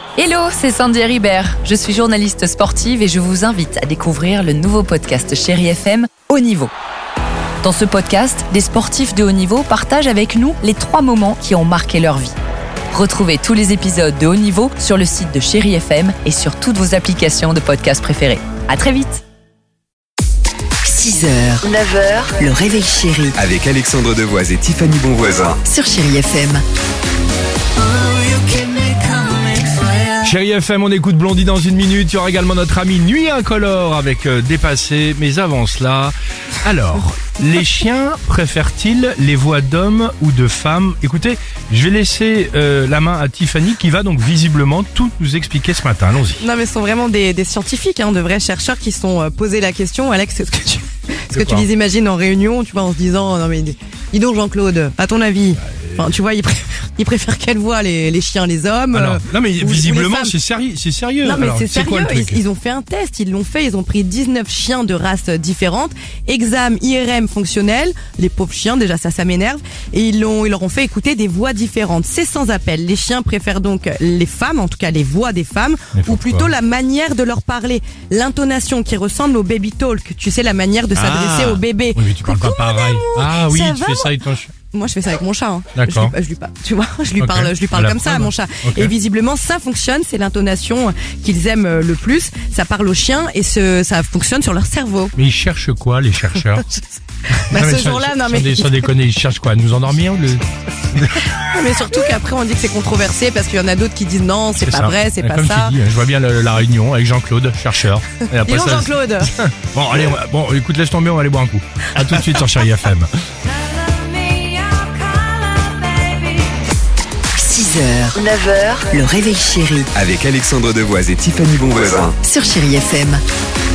Hello, c'est Sandy Ribert. Je suis journaliste sportive et je vous invite à découvrir le nouveau podcast Chérie FM, Haut Niveau. Dans ce podcast, des sportifs de haut niveau partagent avec nous les 3 moments qui ont marqué leur vie. Retrouvez tous les épisodes de Haut Niveau sur le site de Chérie FM et sur toutes vos applications de podcast préférées. À très vite. 6h, 9h, le réveil chéri Avec Alexandre Devoise et Tiffany Bonvoisin. sur Chérie FM. Chérie FM, on écoute Blondie dans 1 minute. Il y aura également notre ami Nuit Incolore avec Dépassé. Mais avant cela, alors, les chiens préfèrent-ils les voix d'hommes ou de femmes? Écoutez, je vais laisser la main à Tiffany qui va donc visiblement tout nous expliquer ce matin. Allons-y. Non mais ce sont vraiment des scientifiques, de vrais chercheurs qui se sont posé la question. Alex, est-ce que tu les imagines en réunion, tu vois, en se disant non mais dis donc Jean-Claude, à ton avis, enfin tu vois, ils préfèrent quelle voix, les chiens, les hommes? Non mais ou visiblement les femmes. c'est sérieux. Non mais Alors, c'est sérieux, quoi le truc? ils ont fait un test, ils l'ont fait, ils ont pris 19 chiens de races différentes, examen IRM fonctionnel, les pauvres chiens, déjà ça m'énerve, et ils leur ont fait écouter des voix différentes. C'est sans appel. Les chiens préfèrent donc les femmes, en tout cas les voix des femmes, ou plutôt la manière de leur parler, l'intonation qui ressemble au baby talk, tu sais, la manière de s'adresser au bébé. Oui mais tu parles pas Coucou, mon pareil. amour, Ah oui, ça tu va, fais ça avec ton chien. Moi, je fais ça avec mon chat. D'accord. Je lui parle, tu vois, je lui Ok. parle À la comme ça à preuve. mon chat. Ok. Et visiblement, ça fonctionne. C'est l'intonation qu'ils aiment le plus. Ça parle aux chiens et ça fonctionne sur leur cerveau. Mais ils cherchent quoi, les chercheurs? Bah, Non, mais ce jour-là, non mais, sans déconner, ils cherchent quoi? À nous endormir mais surtout qu'après, on dit que c'est controversé parce qu'il y en a d'autres qui disent non, c'est pas ça. vrai, c'est Et pas comme ça. tu dis, je vois bien la réunion avec Jean-Claude, chercheur. Et après, Dis donc, ça- Jean-Claude. Bon, allez, écoute, laisse tomber, on va aller boire un coup. À tout de suite sur Chérie FM. 6h, 9h, le réveil chéri Avec Alexandre Devoise et Tiffany Bonvoisin. sur Chérie FM.